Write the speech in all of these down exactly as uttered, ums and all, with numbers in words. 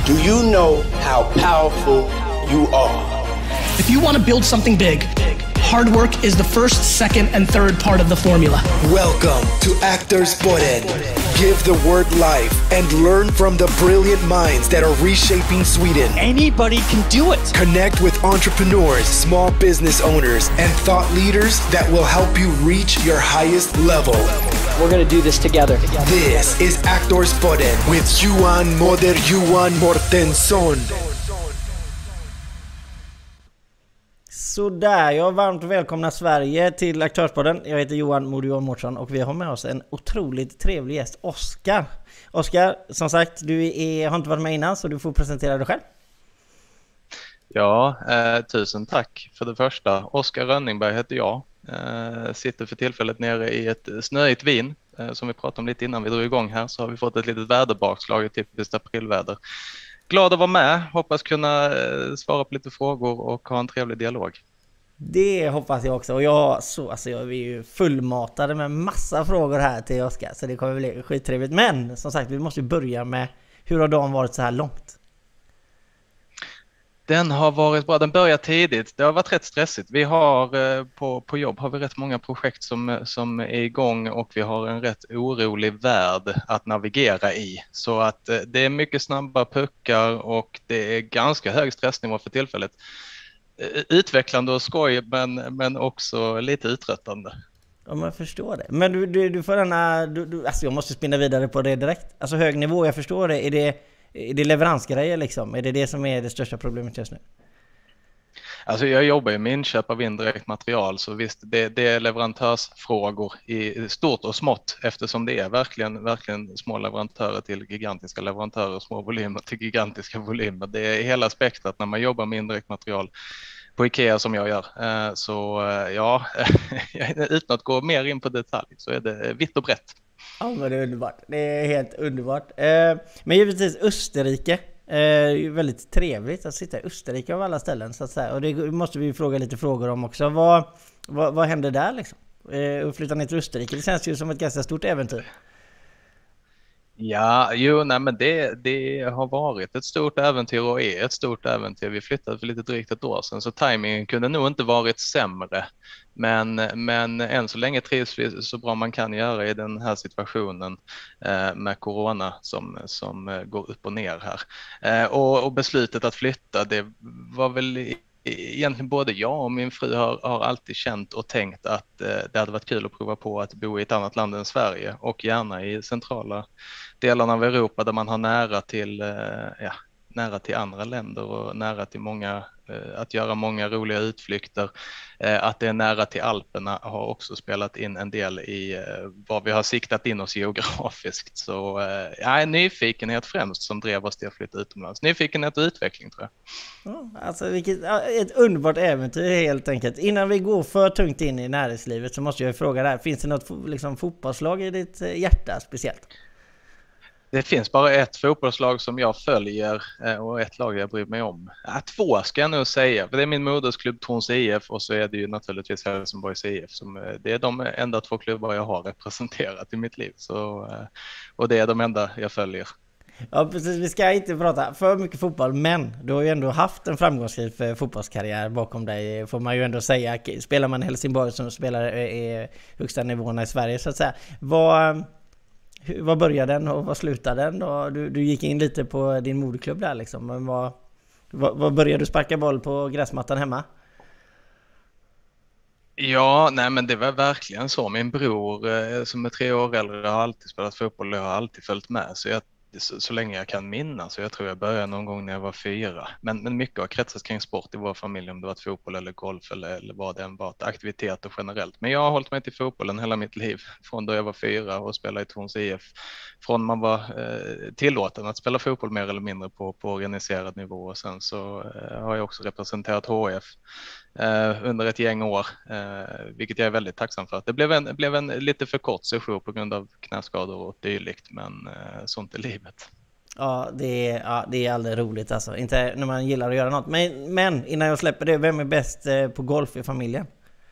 Do you know how powerful you are? If you want to build something big, hard work is the first, second, and third part of the formula. Welcome to Aktorspodden. Give the word life and learn from the brilliant minds that are reshaping Sweden. Anybody can do it. Connect with entrepreneurs, small business owners, and thought leaders that will help you reach your highest level. We're going to do this together. This is Aktorspodden with Johan Moder Johan Mortensson. Så där, jag varmt välkomna Sverige till Aktorspodden. Jag heter Johan Moder Johan Mortensson och vi har med oss en otroligt trevlig gäst, Oskar. Oskar, som sagt, du är, har inte varit med innan så du får presentera dig själv. Ja, eh, tusen tack för det första. Oskar Rönningberg heter jag. Eh, sitter för tillfället nere i ett snöigt Wien. Eh, som vi pratade om lite innan vi drog igång här så har vi fått ett litet väderbakslag, ett typiskt aprilväder. Glad att vara med, hoppas kunna eh, svara på lite frågor och ha en trevlig dialog. Det hoppas jag också och jag, så, alltså jag är ju fullmatade med massa frågor här till Oskar så det kommer bli skittrevligt. Men som sagt, vi måste börja med hur har dagen varit så här långt? Den har varit bra, den börjar tidigt. Det har varit rätt stressigt. Vi har eh, på, på jobb har vi rätt många projekt som, som är igång och vi har en rätt orolig värld att navigera i. Så att eh, det är mycket snabba puckar och det är ganska hög stressnivå för tillfället. Eh, utvecklande och skoj men, men också lite uttröttande. Ja, man förstår det. Men du, du, du får denna, du, du, alltså jag måste spinna vidare på det direkt. Alltså hög nivå, jag förstår det. Är det Är det leveransgrejer liksom? Är det det som är det största problemet just nu? Alltså jag jobbar ju med inköp av indirekt material så visst det, det är leverantörsfrågor i stort och smått eftersom det är verkligen, verkligen små leverantörer till gigantiska leverantörer och små volymer till gigantiska volymer. Det är hela spektrat när man jobbar med indirekt material på Ikea som jag gör. Så ja, utan att gå mer in på detalj så är det vitt och brett. Ja, men det är underbart. Det är helt underbart. Eh, men givetvis Österrike. Eh, väldigt trevligt att sitta i Österrike av alla ställen så att säga. Och det måste vi fråga lite frågor om också. Vad, vad, vad händer där liksom? Eh, att flytta ner till Österrike, det känns ju som ett ganska stort äventyr. Ja, jo, nej, men det, det har varit ett stort äventyr och är ett stort äventyr. Vi flyttade för lite drygt ett år sedan så timingen kunde nog inte varit sämre. Men, men än så länge trivs vi så bra man kan göra i den här situationen eh, med corona som, som går upp och ner här. Eh, och, och beslutet att flytta, det var väl egentligen både jag och min fru har, har alltid känt och tänkt att eh, det hade varit kul att prova på att bo i ett annat land än Sverige och gärna i centrala delarna av Europa där man har nära till, eh, ja, nära till andra länder och nära till många, eh, att göra många roliga utflykter. Eh, att det är nära till Alperna har också spelat in en del i eh, vad vi har siktat in oss geografiskt. Så eh, ja, nyfikenhet främst som drev oss till att flytta utomlands. Nyfikenhet och utveckling tror jag. Ja, alltså vilket, ett underbart äventyr helt enkelt. Innan vi går för tungt in i näringslivet så måste jag fråga där. Finns det något liksom, fotbollslag i ditt hjärta speciellt? Det finns bara ett fotbollslag som jag följer och ett lag jag bryr mig om. Ja, två ska jag nog säga. För det är min modersklubb Torns I F och så är det ju naturligtvis Helsingborgs I F. Som, det är de enda två klubbar jag har representerat i mitt liv. Så, och det är de enda jag följer. Ja precis, vi ska inte prata för mycket fotboll men du har ju ändå haft en framgångsrik fotbollskarriär bakom dig får man ju ändå säga. Spelar man Helsingborg som spelar i högsta nivåerna i Sverige så att säga. Vad... Vad började den och vad slutade den? Och du, du gick in lite på din moderklubb där liksom. Men vad, vad, vad började du sparka boll på gräsmattan hemma? Ja, nej men det var verkligen så. Min bror eh, som är tre år äldre har alltid spelat fotboll och jag har alltid följt med. Så jag Så, så länge jag kan minnas, så jag tror jag började någon gång när jag var fyra. Men, men mycket har kretsat kring sport i vår familj, om det var fotboll eller golf eller, eller vad det än var, aktiviteter generellt. Men jag har hållit mig till fotbollen hela mitt liv, från då jag var fyra och spelade i Torns I F. Från man var eh, tillåten att spela fotboll mer eller mindre på, på organiserad nivå. Och sen så eh, har jag också representerat H F eh, under ett gäng år, eh, vilket jag är väldigt tacksam för. Det blev en, blev en lite för kort session på grund av knäskador och dylikt, men eh, sånt är livet. Ja det, är, ja, det är aldrig roligt alltså. Inte när man gillar att göra något. Men, men innan jag släpper det, vem är bäst på golf i familjen?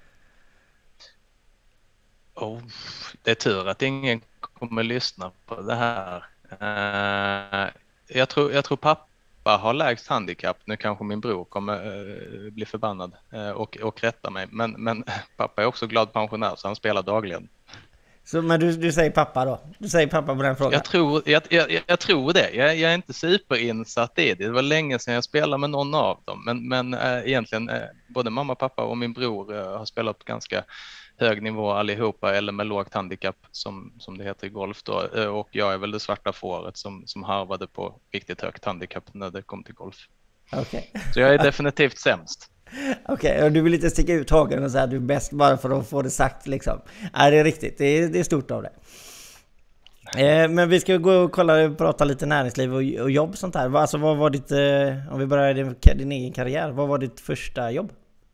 Oh, det är tur att ingen kommer lyssna på det här. Uh, jag, tror, jag tror pappa pappa har lägst handikapp. Nu kanske min bror kommer uh, bli förbannad uh, och, och rätta mig. Men, men pappa är också glad pensionär så han spelar dagligen. Så, men du, du säger pappa då? Du säger pappa på den frågan? Jag tror, jag, jag, jag tror det. Jag, jag är inte superinsatt i det. Det var länge sedan jag spelade med någon av dem. Men, men äh, egentligen äh, både mamma, pappa och min bror äh, har spelat på ganska hög nivå allihopa. Eller med lågt handikapp som, som det heter i golf då. Äh, och jag är väl det svarta fåret som, som harvade på riktigt högt handikapp när det kom till golf. Okay. Så jag är definitivt sämst. Okej, okay, och du vill inte sticka ut hagen och säga att du är bäst bara för att få det sagt liksom. Nej, det är riktigt. Det är, det är stort av det. Eh, men vi ska gå och kolla och prata lite näringsliv och, och jobb sånt här. Alltså, vad var ditt, eh, om vi börjar din, din egen karriär, vad var ditt första jobb?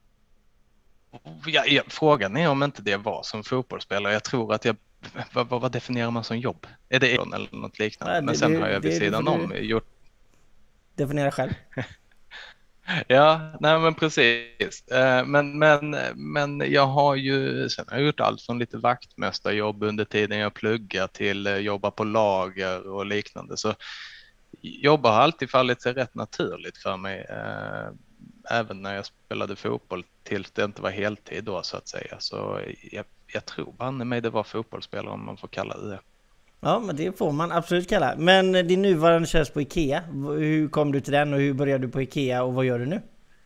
Ja, ja, frågan är om inte det var som fotbollsspelare. Jag tror att jag, vad, vad definierar man som jobb? Är det eller något liknande? Nej, det, men sen det, har jag vid det, sidan det, om gjort... Definiera själv. Ja, nej men precis. Men, men, men jag har ju sen har jag gjort allt från lite vaktmästarjobb under tiden jag pluggar till jobba på lager och liknande. Så jobba har alltid fallit sig rätt naturligt för mig. Även när jag spelade fotboll tills det inte var heltid då så att säga. Så jag, jag tror banne mig det var fotbollsspelare om man får kalla det det. Ja, men det får man absolut kalla. Men din nuvarande tjänst på Ikea, hur kom du till den och hur började du på Ikea och vad gör du nu?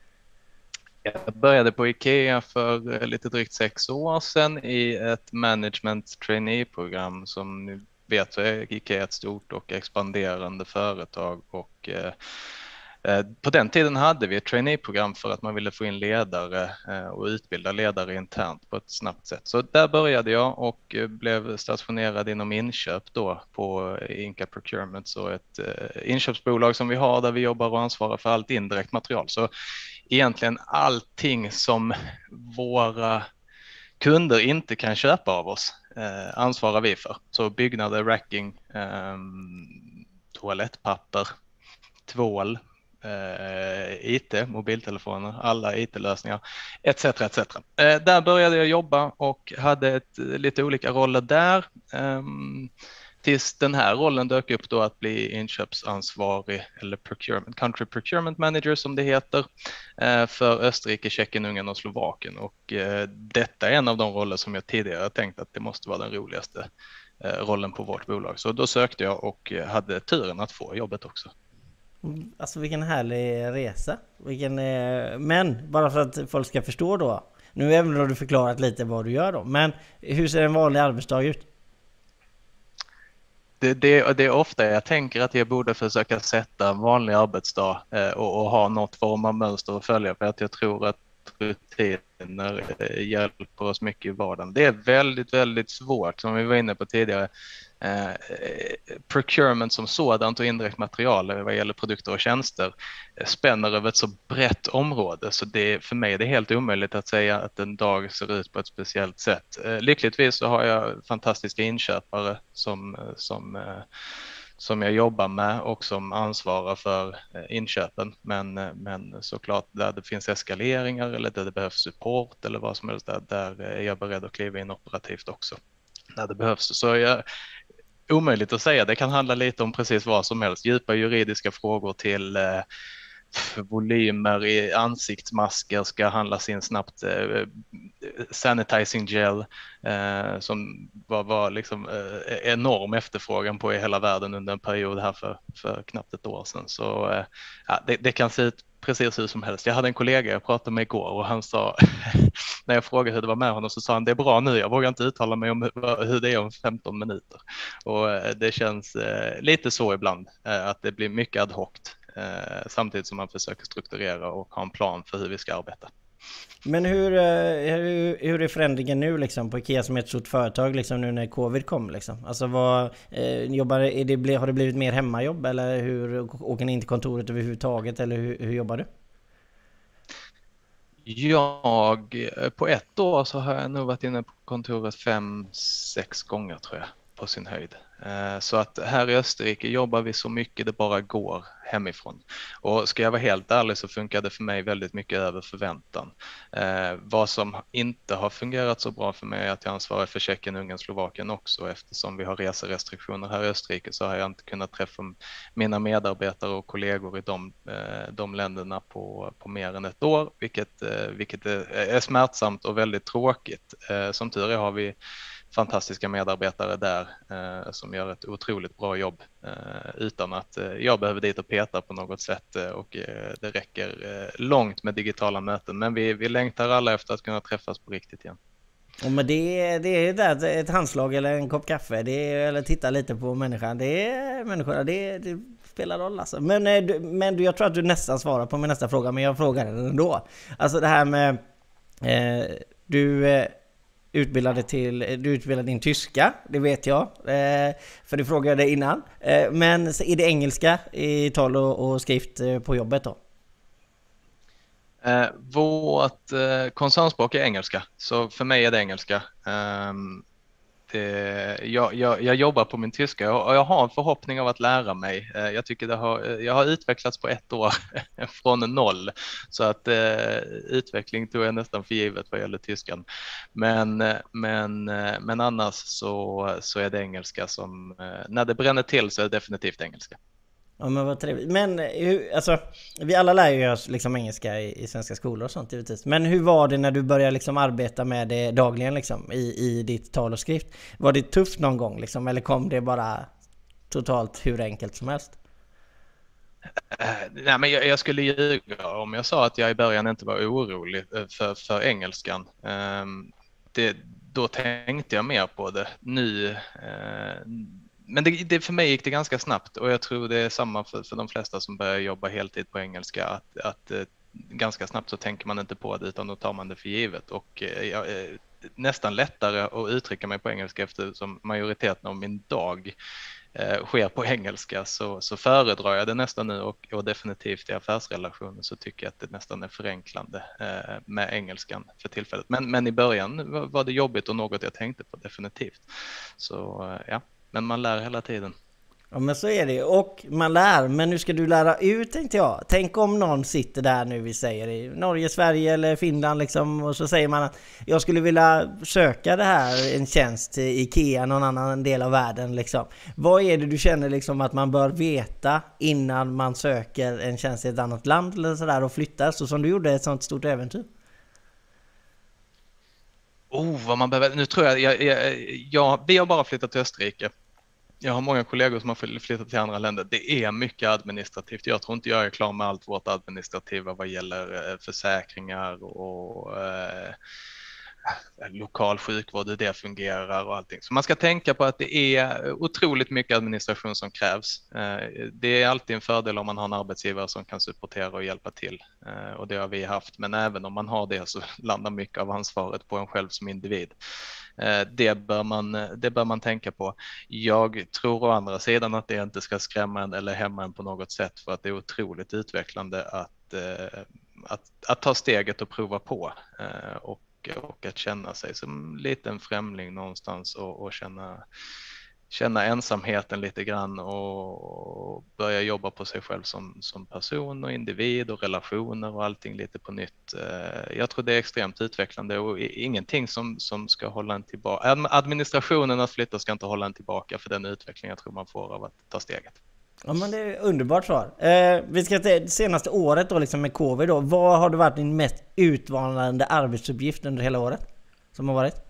Jag började på Ikea för lite drygt sex år sedan i ett management trainee-program som ni vet så är Ikea ett stort och expanderande företag och eh, på den tiden hade vi ett trainee-program för att man ville få in ledare och utbilda ledare internt på ett snabbt sätt. Så där började jag och blev stationerad inom inköp då på Inca Procurement, så ett inköpsbolag som vi har där vi jobbar och ansvarar för allt indirekt material. Så egentligen allting som våra kunder inte kan köpa av oss ansvarar vi för. Så byggnader, racking, toalettpapper, tvål, Uh, I T, mobiltelefoner, alla I T-lösningar et cetera et cetera. Uh, där började jag jobba och hade ett, lite olika roller där um, tills den här rollen dök upp då att bli inköpsansvarig eller procurement, country procurement manager som det heter uh, för Österrike, Tjeckien, Ungern och Slovakien och uh, detta är en av de roller som jag tidigare tänkt att det måste vara den roligaste uh, rollen på vårt bolag. Så då sökte jag och hade turen att få jobbet också. Alltså vilken härlig resa. Vilken, eh, men bara för att folk ska förstå då. Nu även har du förklarat lite vad du gör då. Men hur ser en vanlig arbetsdag ut? Det, det, det är ofta jag tänker att jag borde försöka sätta en vanlig arbetsdag eh, och, och ha något form av mönster att följa. För att jag tror att rutiner eh, hjälper oss mycket i vardagen. Det är väldigt, väldigt svårt som vi var inne på tidigare. Eh, procurement som sådant och indirekt material vad gäller produkter och tjänster eh, spänner över ett så brett område så det, för mig är det helt omöjligt att säga att en dag ser ut på ett speciellt sätt. Eh, lyckligtvis så har jag fantastiska inköpare som, som, eh, som jag jobbar med och som ansvarar för eh, inköpen men, eh, men såklart där det finns eskaleringar eller där det behövs support eller vad som helst där, där är jag beredd att kliva in operativt också när det behövs. Så jag omöjligt att säga. Det kan handla lite om precis vad som helst. Djupa juridiska frågor till eh, volymer i ansiktsmasker ska handlas in snabbt. Eh, sanitizing gel eh, som var, var liksom eh, enorm efterfrågan på i hela världen under en period här för, för knappt ett år sedan. Så eh, ja, det, det kan se ut precis hur som helst. Jag hade en kollega jag pratade med igår och han sa när jag frågade hur det var med honom så sa han det är bra nu, jag vågar inte uttala mig om hur det är om femton minuter. Och det känns eh, lite så ibland eh, att det blir mycket ad hoc eh, samtidigt som man försöker strukturera och ha en plan för hur vi ska arbeta. Men hur, hur, hur är förändringen nu liksom på Ikea som är ett stort företag liksom nu när covid kom liksom? Alltså vad, eh, jobbar, är det, har det blivit mer hemmajobb eller hur åker ni in till kontoret överhuvudtaget eller hur, hur jobbar du? Jag, på ett år så har jag nog varit inne på kontoret fem, sex gånger tror jag. på sin höjd. Så att här i Österrike jobbar vi så mycket det bara går hemifrån. Och ska jag vara helt ärlig så funkar det för mig väldigt mycket över förväntan. Eh, vad som inte har fungerat så bra för mig är att jag ansvarar för Tjeckien, Ungern, Slovakien också. Eftersom vi har reserestriktioner här i Österrike så har jag inte kunnat träffa mina medarbetare och kollegor i de, eh, de länderna på, på mer än ett år. Vilket, eh, vilket är, är smärtsamt och väldigt tråkigt. Eh, som tur är har vi fantastiska medarbetare där eh, som gör ett otroligt bra jobb eh, utan att eh, jag behöver dit och peta på något sätt eh, och eh, det räcker eh, långt med digitala möten. Men vi, vi längtar alla efter att kunna träffas på riktigt igen. Ja, men det, det är där ett handslag eller en kopp kaffe, det är, eller titta lite på människan, det är människorna, det, det spelar roll alltså. Men, eh, men du, jag tror att du nästan svarar på min nästa fråga, men jag frågar den ändå. Alltså det här med eh, du eh, utbildade till, du utbildade din tyska, det vet jag, eh, för du frågade innan. Eh, men är det engelska i tal och, och skrift eh, på jobbet då? Eh, vårt eh, koncernspråk är engelska, så för mig är det engelska. Eh, det, jag, jag, jag jobbar på min tyska och jag har en förhoppning av att lära mig. Eh, jag tycker det har, jag har utvecklats på ett år från noll, så att eh, utveckling tog jag nästan för givet vad gäller tyskan. Men, men, men annars så, så är det engelska som, eh, när det bränner till så är det definitivt engelska. Ja, men vad trevligt. Men hur, alltså, vi alla lär ju oss liksom engelska i, i svenska skolor och sånt givetvis. Men hur var det när du började liksom arbeta med det dagligen liksom, i, i ditt tal och skrift? Var det tufft någon gång liksom, eller kom det bara totalt hur enkelt som helst? Uh, nej, men jag, jag skulle ljuga om jag sa att jag i början inte var orolig för, för engelskan. Um, det, då tänkte jag mer på det. Nu... Uh, Men det, det, för mig gick det ganska snabbt och jag tror det är samma för, för de flesta som börjar jobba heltid på engelska, att, att eh, ganska snabbt så tänker man inte på det utan då tar man det för givet. Och eh, jag, eh, nästan lättare att uttrycka mig på engelska eftersom majoriteten av min dag eh, sker på engelska, så, så föredrar jag det nästan nu, och, och definitivt i affärsrelationer så tycker jag att det nästan är förenklande eh, med engelskan för tillfället. Men, men i början var, var det jobbigt och något jag tänkte på definitivt. Så eh, ja. Men man lär hela tiden. Ja, men så är det. Och man lär, men nu ska du lära ut, tänkte jag. Tänk om någon sitter där nu, vi säger i Norge, Sverige eller Finland liksom, och så säger man att jag skulle vilja söka det här, en tjänst i IKEA, någon annan del av världen liksom. Vad är det du känner liksom att man bör veta innan man söker en tjänst i ett annat land eller sådär och flyttar, så som du gjorde ett sånt stort äventyr? Oh, vad man behöver. Nu tror jag, jag, jag, jag vi har bara flyttat till Österrike. Jag har många kollegor som har flyttat till andra länder. Det är mycket administrativt. Jag tror inte jag är klar med allt vårt administrativa vad gäller försäkringar och eh, lokal sjukvård, hur det fungerar och allting. Så man ska tänka på att det är otroligt mycket administration som krävs. Det är alltid en fördel om man har en arbetsgivare som kan supportera och hjälpa till. Och det har vi haft. Men även om man har det så landar mycket av ansvaret på en själv som individ. Det bör man, det bör man tänka på. Jag tror å andra sidan att det inte ska skrämma en eller hämma en på något sätt, för att det är otroligt utvecklande att, att, att ta steget och prova på. Och och att känna sig som liten främling någonstans och, och känna, känna ensamheten lite grann och börja jobba på sig själv som, som person och individ och relationer och allting lite på nytt. Jag tror det är extremt utvecklande och ingenting som, som ska hålla en tillbaka. Administrationen att flytta ska inte hålla en tillbaka för den utveckling jag tror man får av att ta steget. Ja, men det är underbart svar. Eh, vi ska till senaste året då liksom med covid då. Vad har det varit din mest utmanande arbetsuppgift under hela året som har varit?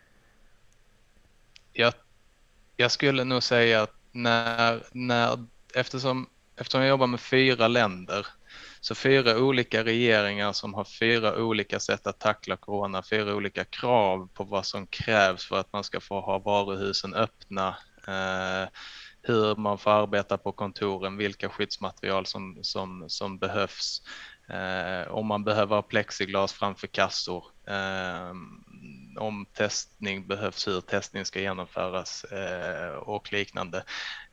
Jag, jag skulle nog säga att när, när eftersom, eftersom jag jobbar med fyra länder, så fyra olika regeringar som har fyra olika sätt att tackla corona, fyra olika krav på vad som krävs för att man ska få ha varuhusen öppna, eh, hur man får arbeta på kontoren, vilka skyddsmaterial som, som, som behövs, eh, om man behöver ha plexiglas framför kassor, eh, om testning behövs, hur testning ska genomföras eh, och liknande.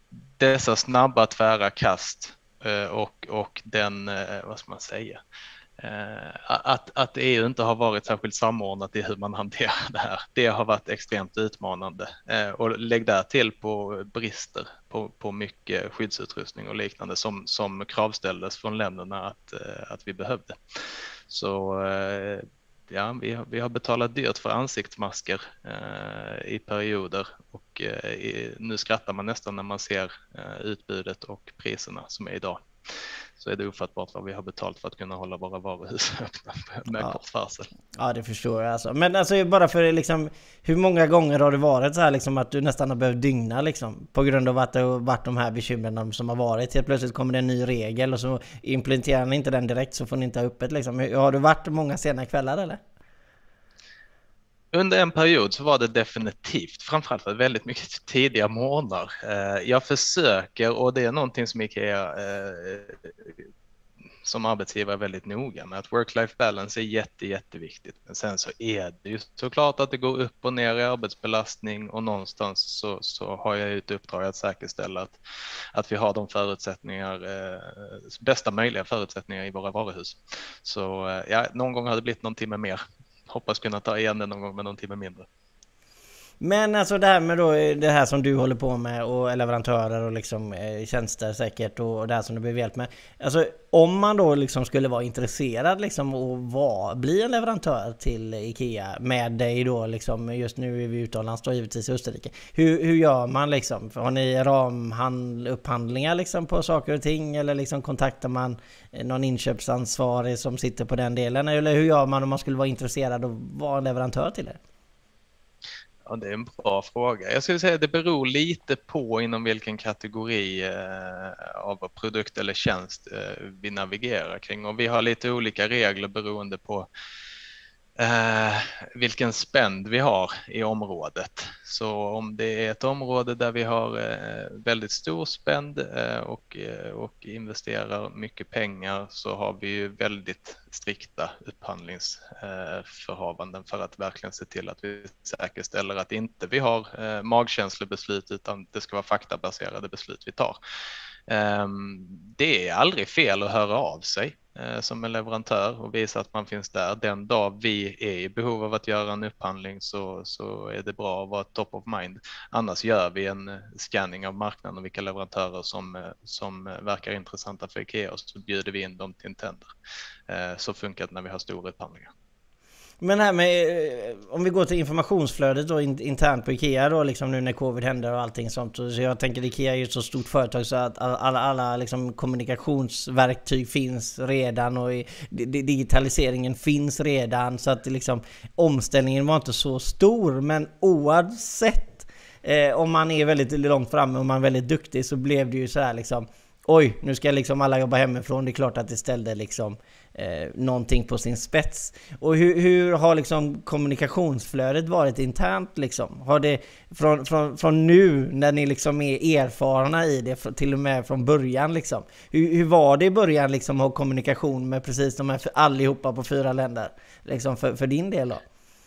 Dessa snabba tvära kast eh, och, och den, eh, vad ska man säga, Att, att E U inte har varit särskilt samordnat i hur man hanterar det här, det har varit extremt utmanande. Och lägg där till på brister på, på mycket skyddsutrustning och liknande som, som kravställdes från länderna att, att vi behövde. Så ja, vi har, vi har betalat dyrt för ansiktsmasker eh, i perioder och eh, i, nu skrattar man nästan när man ser eh, utbudet och priserna som är idag. Så är det ofattbart vad vi har betalt för att kunna hålla våra varuhus öppna med ja. kort varsel. Ja, det förstår jag alltså. Men alltså bara för liksom, hur många gånger har det varit så här liksom att du nästan har behövt dygna liksom på grund av att det har varit de här bekymren som har varit. Helt plötsligt kommer det en ny regel och så implementerar ni inte den direkt så får ni inte ha öppet liksom. Har det varit många sena kvällar eller? Under en period så var det definitivt, framförallt för väldigt mycket tidiga morgnar. Jag försöker, och det är någonting som IKEA som arbetsgivare är väldigt noga med, att work-life balance är jätte, jätteviktigt. Men sen så är det ju såklart att det går upp och ner i arbetsbelastning och någonstans så, så har jag ett uppdrag att säkerställa att, att vi har de förutsättningar, eh, bästa möjliga förutsättningar i våra varuhus. Så ja, någon gång har det blivit någon timme mer. Hoppas kunna ta igen det någon gång med någon timme mindre. Men alltså det här med då, det här som du håller på med och leverantörer och liksom eh, tjänster säkert och det här som du behöver hjälp med. Alltså om man då liksom skulle vara intresserad liksom och vara, bli en leverantör till IKEA med dig då liksom, just nu är vi utomlands då givetvis i Österrike. Hur, hur gör man liksom? Har ni ramupphandlingar liksom på saker och ting eller liksom kontaktar man någon inköpsansvarig som sitter på den delen? Eller hur gör man om man skulle vara intresserad och vara en leverantör till er? Ja, det är en bra fråga. Jag skulle säga att det beror lite på inom vilken kategori eh, av produkt eller tjänst eh, vi navigerar kring. Och vi har lite olika regler beroende på eh, vilken spänd vi har i området. Så om det är ett område där vi har eh, väldigt stor spänd eh, och, eh, och investerar mycket pengar så har vi ju väldigt strikta upphandlingsförhavanden för att verkligen se till att vi säkerställer att inte vi har eh, magkänslebeslut utan det ska vara faktabaserade beslut vi tar. Eh, det är aldrig fel att höra av sig eh, som en leverantör och visa att man finns där. Den dag vi är i behov av att göra en upphandling så, så är det bra att vara top of mind. Annars gör vi en scanning av marknaden och vilka leverantörer som, som verkar intressanta för IKEA och så bjuder vi in dem till en tender. Så funkar det när vi har stora upphandlingar. Men här med, om vi går till informationsflödet då internt på IKEA då liksom nu när covid händer och allting sånt. Så jag tänker IKEA är ju ett så stort företag så att alla, alla liksom kommunikationsverktyg finns redan och digitaliseringen finns redan så att liksom omställningen var inte så stor. Men oavsett eh, om man är väldigt långt framme och man är väldigt duktig så blev det ju så här liksom oj, nu ska liksom alla jobba hemifrån. Det är klart att det ställde liksom eh, någonting på sin spets. Och hur, hur har liksom kommunikationsflödet varit internt liksom? Har det från, från, från nu när ni liksom är erfarna i det till och med från början liksom? Hur, hur var det i början liksom att ha kommunikation med precis de här för allihopa på fyra länder liksom för, för din del då?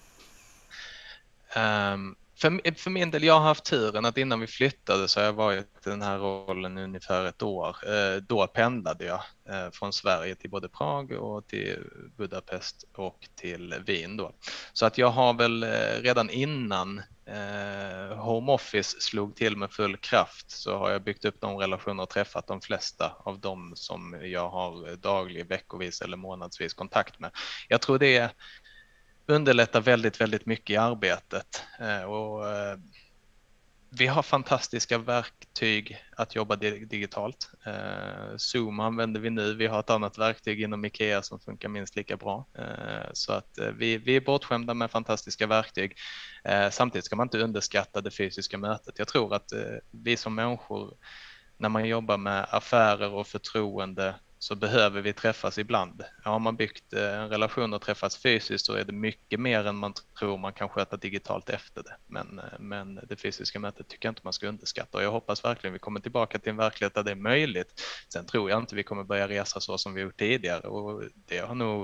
Um... För, för min del, jag har haft turen att innan vi flyttade så har jag varit i den här rollen ungefär ett år. Då pendlade jag från Sverige till både Prag och till Budapest och till Wien då. Så att jag har väl redan innan home office slog till med full kraft så har jag byggt upp de relationer och träffat de flesta av dem som jag har daglig, veckovis eller månadsvis kontakt med. Jag tror det är underlättar väldigt, väldigt mycket i arbetet och vi har fantastiska verktyg att jobba digitalt. Zoom använder vi nu, vi har ett annat verktyg inom IKEA som funkar minst lika bra. Så att vi, vi är bortskämda med fantastiska verktyg. Samtidigt ska man inte underskatta det fysiska mötet. Jag tror att vi som människor, när man jobbar med affärer och förtroende så behöver vi träffas ibland. Har man byggt en relation och träffats fysiskt så är det mycket mer än man tror man kan sköta digitalt efter det. Men, men det fysiska mötet tycker jag inte man ska underskatta och jag hoppas verkligen vi kommer tillbaka till en verklighet där det är möjligt. Sen tror jag inte vi kommer börja resa så som vi gjort tidigare och det har nog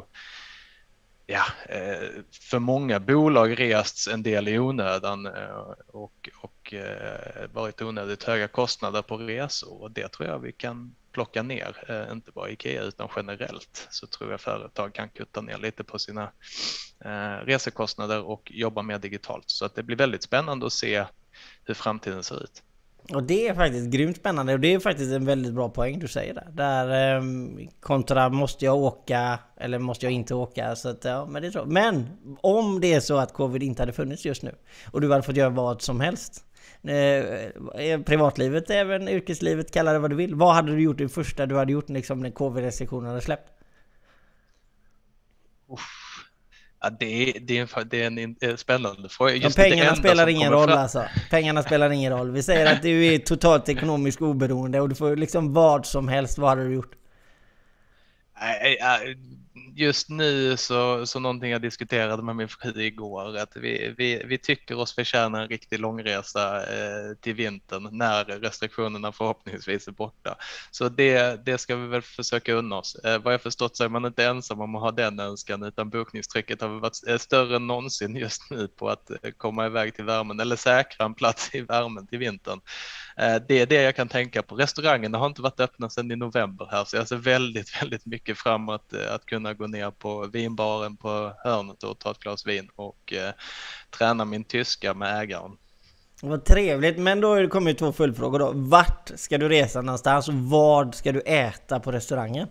ja, för många bolag rests en del i onödan och, och och eh, varit onödigt höga kostnader på resor, och det tror jag vi kan plocka ner, eh, inte bara IKEA utan generellt, så tror jag företag kan kutta ner lite på sina eh, resekostnader och jobba mer digitalt. Så att det blir väldigt spännande att se hur framtiden ser ut. Och det är faktiskt grymt spännande, och det är faktiskt en väldigt bra poäng du säger där. Där eh, kontra måste jag åka eller måste jag inte åka, så att, ja, men det är så. Men om det är så att covid inte hade funnits just nu och du hade fått göra vad som helst, eh, privatlivet, även yrkeslivet, kalla det vad du vill, vad hade du gjort det första du hade gjort liksom när covid-restriktionerna hade släppt? Uff. Ja, det, är, det, är en, det är en, en spännande fråga. Just pengarna spelar ingen roll fram. alltså. Pengarna spelar ingen roll. Vi säger att du är totalt ekonomiskt oberoende och du får liksom vad som helst. Vad hade du gjort? Just nu så, så någonting jag diskuterade med min fru igår, att vi, vi, vi tycker oss förtjäna en riktig långresa eh, till vintern när restriktionerna förhoppningsvis är borta. Så det, det ska vi väl försöka unna oss. Eh, vad jag förstått så är man inte ensam om att ha den önskan, utan bokningstrycket har varit större än någonsin just nu på att komma iväg till värmen eller säkra en plats i värmen till vintern. Eh, det är det jag kan tänka på. Restaurangerna har inte varit öppna sedan i november här, så jag ser väldigt, väldigt mycket fram att, att kunna gå ner på vinbaren på hörnet och ta ett glas vin och eh, träna min tyska med ägaren. Vad trevligt, men då har det kommit två följdfrågor då. Vart ska du resa någonstans och vad ska du äta på restaurangen?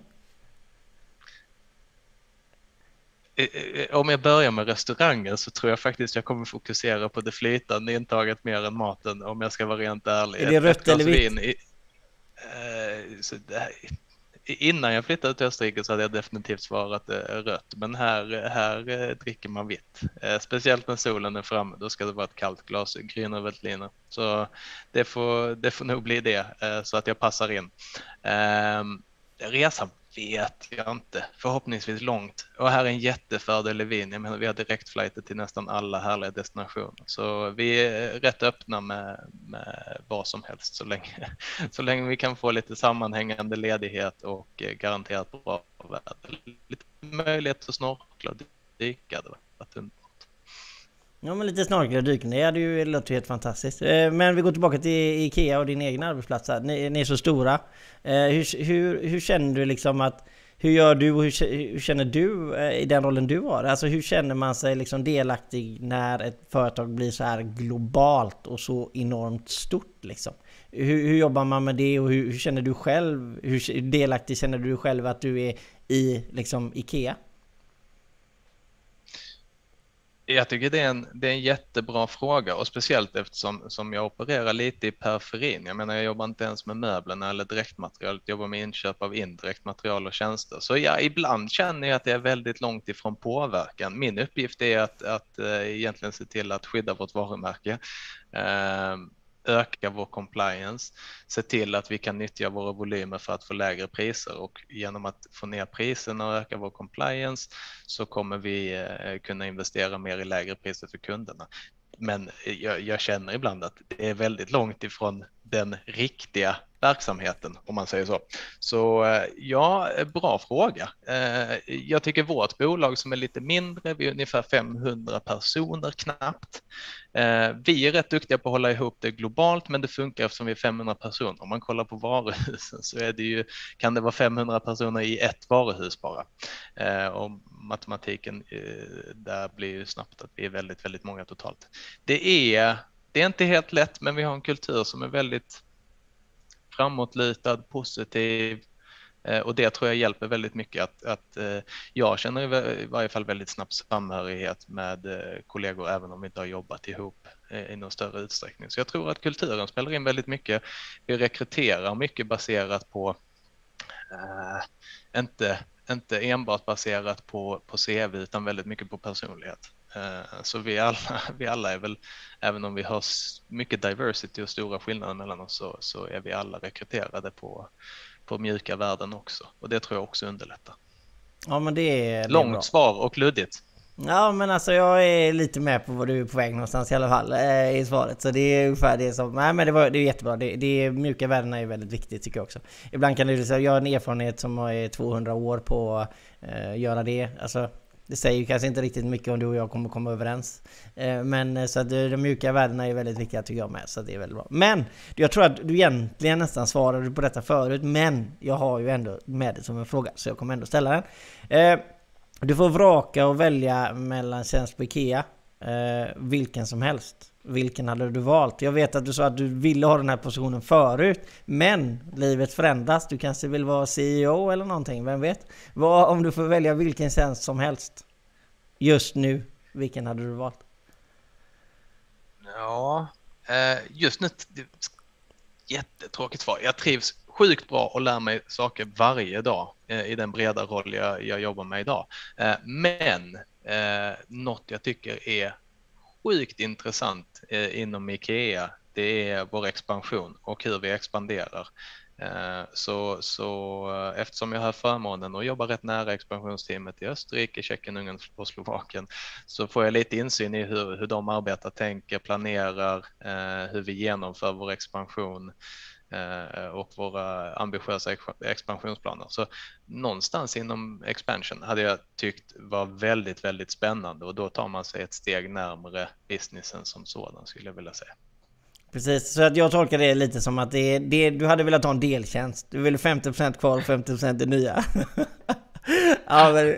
Om jag börjar med restaurangen så tror jag faktiskt jag kommer fokusera på det flytande intaget mer än maten, om jag ska vara rent ärlig. Är det rött eller vitt? I, eh, så det, innan jag flyttade till Österrike så hade jag definitivt svarat eh, rött, men här, här eh, dricker man vitt. Eh, speciellt när solen är framme, då ska det vara ett kallt glas Grüner Veltliner. Så det får, det får nog bli det, eh, så att jag passar in. Eh, resan vet jag inte, förhoppningsvis långt. Och här är en jättefördel i Wien. Jag menar, vi har direktflighter till nästan alla härliga destinationer. Så vi är rätt öppna med, med vad som helst så länge, så länge vi kan få lite sammanhängande ledighet och garanterat bra väder. Lite möjlighet att snorkla och dyka. Det var underbart. Ja, men lite snorkla och dyka. Det hade ju låtit helt fantastiskt. Men vi går tillbaka till IKEA och din egen arbetsplats. Ni, ni är så stora. Hur, hur, hur känner du liksom att, hur gör du och hur, hur känner du i den rollen du har? Alltså hur känner man sig liksom delaktig när ett företag blir så här globalt och så enormt stort liksom? Hur, hur jobbar man med det och hur, hur känner du själv? Hur delaktig känner du själv att du är i liksom IKEA? Jag tycker det är, en, det är en jättebra fråga, och speciellt eftersom som jag opererar lite i periferin. Jag menar, jag jobbar inte ens med möblerna eller direktmaterial, jag jobbar med inköp av indirekt material och tjänster. Så ja, ibland känner jag att jag är väldigt långt ifrån påverkan. Min uppgift är att, att äh, egentligen se till att skydda vårt varumärke, äh, öka vår compliance, se till att vi kan nyttja våra volymer för att få lägre priser, och genom att få ner priserna och öka vår compliance så kommer vi eh, kunna investera mer i lägre priser för kunderna. Men jag, jag känner ibland att det är väldigt långt ifrån den riktiga verksamheten, om man säger så. Så ja, bra fråga. Jag tycker vårt bolag som är lite mindre, vi är ungefär femhundra personer knappt. Vi är rätt duktiga på att hålla ihop det globalt, men det funkar eftersom vi är femhundra personer. Om man kollar på varuhusen så är det ju, kan det vara femhundra personer i ett varuhus bara. Och matematiken där blir ju snabbt att vi är väldigt, väldigt många totalt. Det är, det är inte helt lätt, men vi har en kultur som är väldigt framåtlutad, positiv, och det tror jag hjälper väldigt mycket att, att jag känner i varje fall väldigt snabb samhörighet med kollegor även om vi inte har jobbat ihop i någon större utsträckning. Så jag tror att kulturen spelar in väldigt mycket. Vi rekryterar mycket baserat på äh, inte, inte enbart baserat på, på C V utan väldigt mycket på personlighet. Så vi alla, vi alla är väl, även om vi har mycket diversity och stora skillnader mellan oss, så, så är vi alla rekryterade på, på mjuka värden också. Och det tror jag också underlättar. Ja, men det är långt bra. Svar och luddigt. Ja, men alltså jag är lite med på vad du är på väg någonstans i alla fall eh, i svaret. Så det är ungefär det som, nej men det, var, det är jättebra. Det, det mjuka värdena är väldigt viktigt tycker jag också. Ibland kan det säga, jag har en erfarenhet som är tvåhundra år på att eh, göra det. Alltså Det säger ju kanske inte riktigt mycket om du och jag kommer komma överens. Eh, men så att de mjuka värdena är väldigt viktiga tycker jag med, så det är väldigt bra. Men jag tror att du egentligen nästan svarade på detta förut, men jag har ju ändå med det som en fråga, så jag kommer ändå ställa den. Eh, du får vraka och välja mellan tjänst på Ikea, eh, vilken som helst. Vilken hade du valt? Jag vet att du sa att du ville ha den här positionen förut, men livet förändras. Du kanske vill vara C E O eller någonting, vem vet? Vad om du får välja vilken tjänst som helst just nu, vilken hade du valt? Ja, just nu jättetråkigt svar. Jag trivs sjukt bra och lär mig saker varje dag i den breda roll jag, jag jobbar med idag. Men något jag tycker är sjukt intressant eh, inom Ikea, det är vår expansion och hur vi expanderar. Eh, så, så eftersom jag har förmånen att jobba rätt nära expansionsteamet i Österrike, Tjeckien, Ungern och Slovakien, så får jag lite insyn i hur, hur de arbetar, tänker, planerar, eh, hur vi genomför vår expansion och våra ambitiösa expansionsplaner. Så någonstans inom expansion hade jag tyckt var väldigt, väldigt spännande, och då tar man sig ett steg närmare businessen som sådan, skulle jag vilja säga. Precis, så att jag tolkar det lite som att det, det, du hade velat ha en deltjänst. Du ville femtio procent kvar och femtio procent det nya. Ja, men...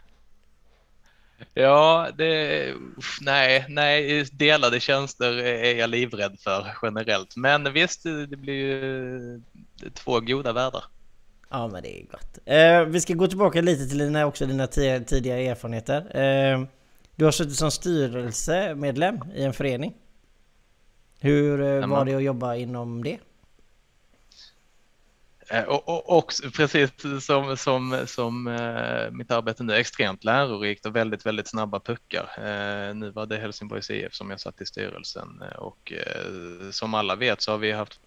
Ja, det, nej, nej, delade tjänster är jag livrädd för generellt. Men visst, det blir ju två goda världar. Ja, men det är gott. Eh, vi ska gå tillbaka lite till dina, också dina t- tidigare erfarenheter. Eh, du har suttit som styrelsemedlem i en förening. Hur eh, var det att jobba inom det? Och, och, och precis som, som, som eh, mitt arbete nu är extremt lärorikt och väldigt, väldigt snabba puckar. Eh, nu var det Helsingborgs I F som jag satt i styrelsen, och eh, som alla vet så har vi haft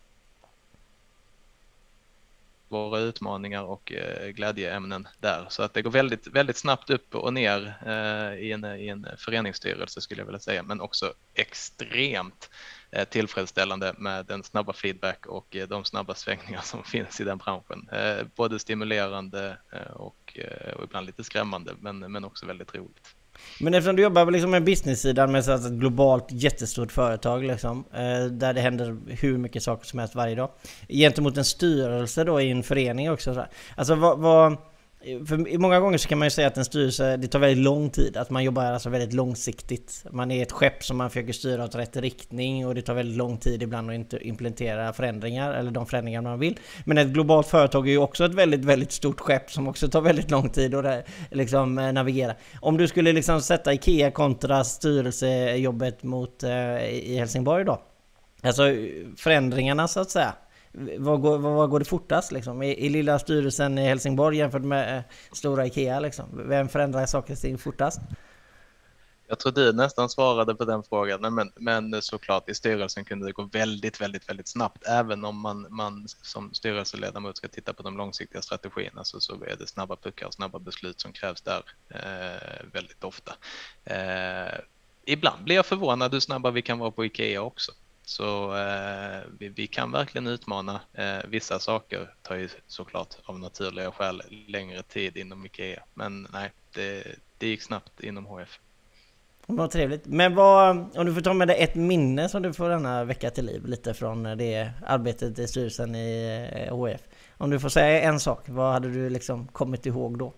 våra utmaningar och eh, glädjeämnen där. Så att det går väldigt, väldigt snabbt upp och ner eh, i, en, i en föreningsstyrelse, skulle jag vilja säga, men också extremt tillfredsställande med den snabba feedback och de snabba svängningar som finns i den branschen. Eh, både stimulerande och, och ibland lite skrämmande, men, men också väldigt roligt. Men eftersom du jobbar liksom med business-sidan med ett globalt jättestort företag liksom, eh, där det händer hur mycket saker som helst varje dag, gentemot en styrelse då i en förening också. Så här. Alltså vad... vad För många gånger så kan man ju säga att en styrelse, det tar väldigt lång tid, att man jobbar alltså väldigt långsiktigt. Man är ett skepp som man försöker styra åt rätt riktning, och det tar väldigt lång tid ibland att inte implementera förändringar eller de förändringar man vill. Men ett globalt företag är ju också ett väldigt, väldigt stort skepp som också tar väldigt lång tid att liksom navigera. Om du skulle liksom sätta Ikea kontra styrelsejobbet mot eh, i Helsingborg då, alltså förändringarna så att säga, Vad går, vad, vad går det fortast liksom? I, i lilla styrelsen i Helsingborg jämfört med eh, stora Ikea liksom? Vem förändrar saker sig fortast? Jag tror du nästan svarade på den frågan, men, men såklart i styrelsen kunde det gå väldigt, väldigt, väldigt snabbt. Även om man, man som styrelseledamot ska titta på de långsiktiga strategierna, så, så är det snabba puckar och snabba beslut som krävs där eh, väldigt ofta. Eh, ibland blir jag förvånad hur snabba vi kan vara på Ikea också. Så eh, vi, vi kan verkligen utmana. Eh, vissa saker tar ju såklart av naturliga skäl längre tid inom Ikea. Men nej, det, det gick snabbt inom H F. Vad trevligt. Men vad, om du får ta med dig ett minne som du får denna vecka till liv, lite från det arbetet i styrelsen i H F. Om du får säga en sak, vad hade du liksom kommit ihåg då?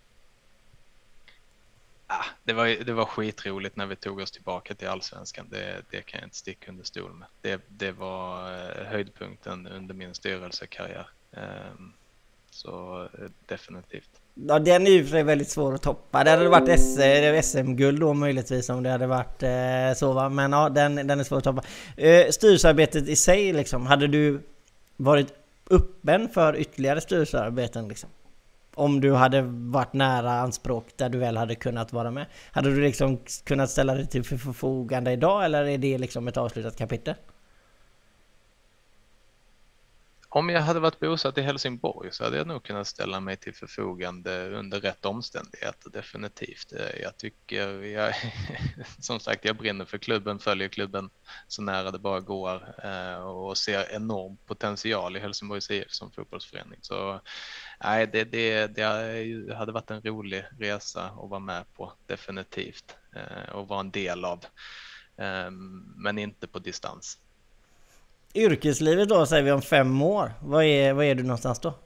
Ah, det, var, det var skitroligt när vi tog oss tillbaka till Allsvenskan. Det, det kan jag inte sticka under stol med. Det, det var höjdpunkten under min styrelsekarriär. Um, så definitivt. Ja, den är ju för sig väldigt svår att toppa. Det hade varit S M-guld då möjligtvis om det hade varit eh, så va. Men ja, den, den är svår att toppa. Eh, styrelsearbetet i sig liksom, hade du varit öppen för ytterligare styrelsearbeten liksom? Om du hade varit nära anspråk där du väl hade kunnat vara med. Hade du liksom kunnat ställa dig till förfogande idag, eller är det liksom ett avslutat kapitel? Om jag hade varit bosatt i Helsingborg så hade jag nog kunnat ställa mig till förfogande under rätt omständigheter, definitivt. Jag tycker, jag, som sagt, jag brinner för klubben, följer klubben så nära det bara går och ser enorm potential i Helsingborgs I F som fotbollsförening. Så nej, det, det, det hade varit en rolig resa att vara med på, definitivt, och vara en del av, men inte på distans. Yrkeslivet då, säger vi om fem år. Vad är, vad är du någonstans då?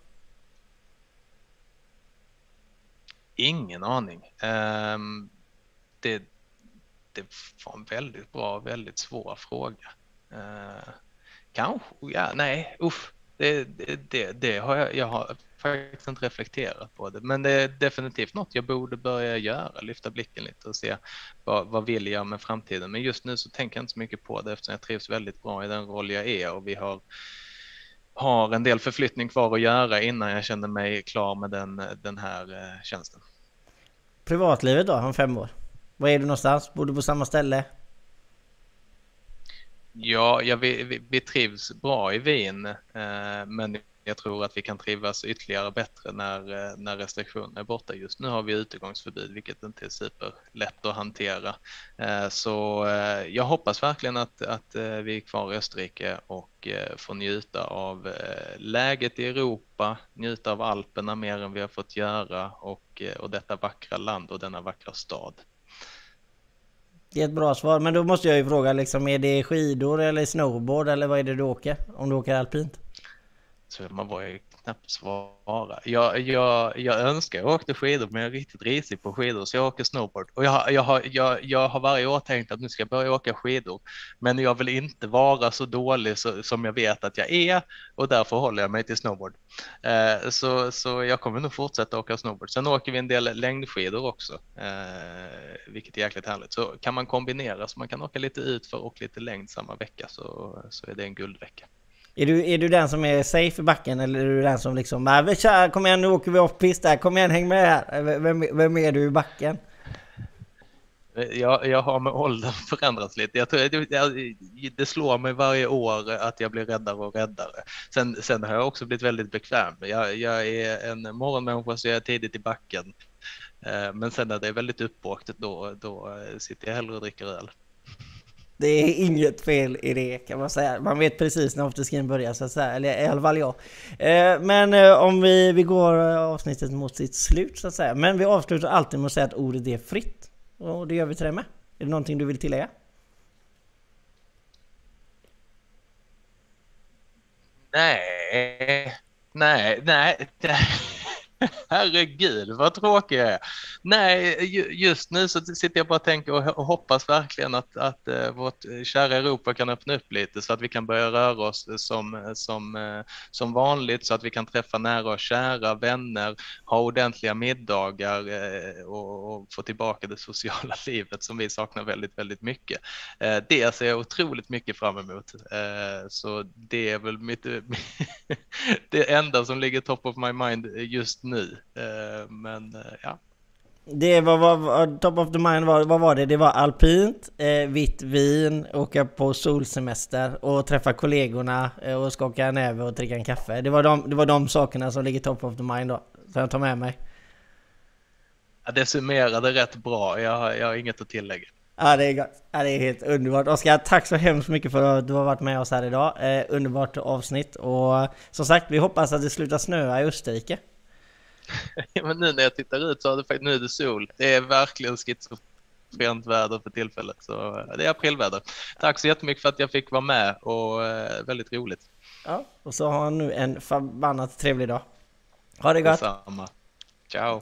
Ingen aning. Um, det, det var en väldigt bra, väldigt svår fråga. Uh, kanske, ja, nej, uff. Det, det, det, det har jag, jag har faktiskt inte reflekterat på det. Men det är definitivt något jag borde börja göra. Lyfta blicken lite och se vad, vad vill jag med framtiden. Men just nu så tänker jag inte så mycket på det eftersom jag trivs väldigt bra i den roll jag är. Och vi har, har en del förflyttning kvar att göra innan jag känner mig klar med den, den här eh, tjänsten. Privatlivet då, om fem år? Var är du någonstans? Bor du på samma ställe? Ja, ja vi, vi, vi trivs bra i Wien, eh, men jag tror att vi kan trivas ytterligare bättre när, när restriktionerna är borta. Just nu har vi utegångsförbud, vilket inte är super lätt att hantera. Eh, så eh, jag hoppas verkligen att, att eh, vi är kvar i Österrike och eh, får njuta av eh, läget i Europa, njuta av Alperna mer än vi har fått göra och, eh, och detta vackra land och denna vackra stad. Det är ett bra svar, men då måste jag ju fråga liksom, är det skidor eller snowboard eller vad är det du åker? Om du åker alpint? Så man var ju knappt svara. Jag, jag, jag önskar jag åkte skidor, men jag är riktigt risig på skidor så jag åker snowboard. Och jag, jag, har, jag, jag har varje år tänkt att nu ska jag börja åka skidor. Men jag vill inte vara så dålig så, som jag vet att jag är och därför håller jag mig till snowboard. Eh, så, så jag kommer nog fortsätta åka snowboard. Sen åker vi en del längdskidor också, eh, vilket är jäkligt härligt. Så kan man kombinera så man kan åka lite utför och lite längd samma vecka så, så är det en guldvecka. Är du, är du den som är safe i backen eller är du den som liksom äh, tja, kom igen nu åker vi upp pist där, kom igen häng med här. Vem, vem är du i backen? Jag, jag har med åldern förändrats lite. Jag tror, det, det slår mig varje år att jag blir räddare och räddare. Sen, sen har jag också blivit väldigt bekväm. Jag, jag är en morgonmänniska så jag är tidigt i backen. Men sen när det är väldigt uppåkt då, då sitter jag hellre och dricker öl. Det är inget fel i det kan man säga. Man vet precis när afterskin börjar så att säga. Eller i alla fall jag. Eh, men eh, om vi, vi går avsnittet mot sitt slut så att säga. Men vi avslutar alltid med att säga att ordet är fritt. Och det gör vi till det med. Är det någonting du vill tillägga? Nej. Nej, nej. Herregud, vad tråkig jag är. Nej, just nu så sitter jag bara och tänker och hoppas verkligen att, att uh, vårt kära Europa kan öppna upp lite så att vi kan börja röra oss som, som, uh, som vanligt så att vi kan träffa nära och kära vänner, ha ordentliga middagar uh, och, och få tillbaka det sociala livet som vi saknar väldigt, väldigt mycket. Uh, det ser jag otroligt mycket fram emot. Uh, så det är väl mitt, det enda som ligger top of my mind just nu. nu. Men ja. Det var, var top of the mind var, vad var det? Det var alpint, eh, vitt vin, åka på solsemester och träffa kollegorna eh, och skaka näve och dricka en kaffe. Det var, de, det var de sakerna som ligger top of the mind då. Så jag tar med mig. Ja, det summerade rätt bra. Jag har, jag har inget att tillägga. Ja, det är gott. Ja, det är helt underbart. Oskar, tack så hemskt mycket för att du har varit med oss här idag. Eh, underbart avsnitt. Och som sagt, vi hoppas att det slutar snöa i Österrike. Ja, men nu när jag tittar ut så har det faktiskt, nu är det sol. Det är verkligen schizofrent väder för tillfället. Så det är aprilväder. Tack så jättemycket för att jag fick vara med och eh, väldigt roligt. Ja, och så har han nu en förbannat trevlig dag. Ha det gott. Detsamma. Ciao.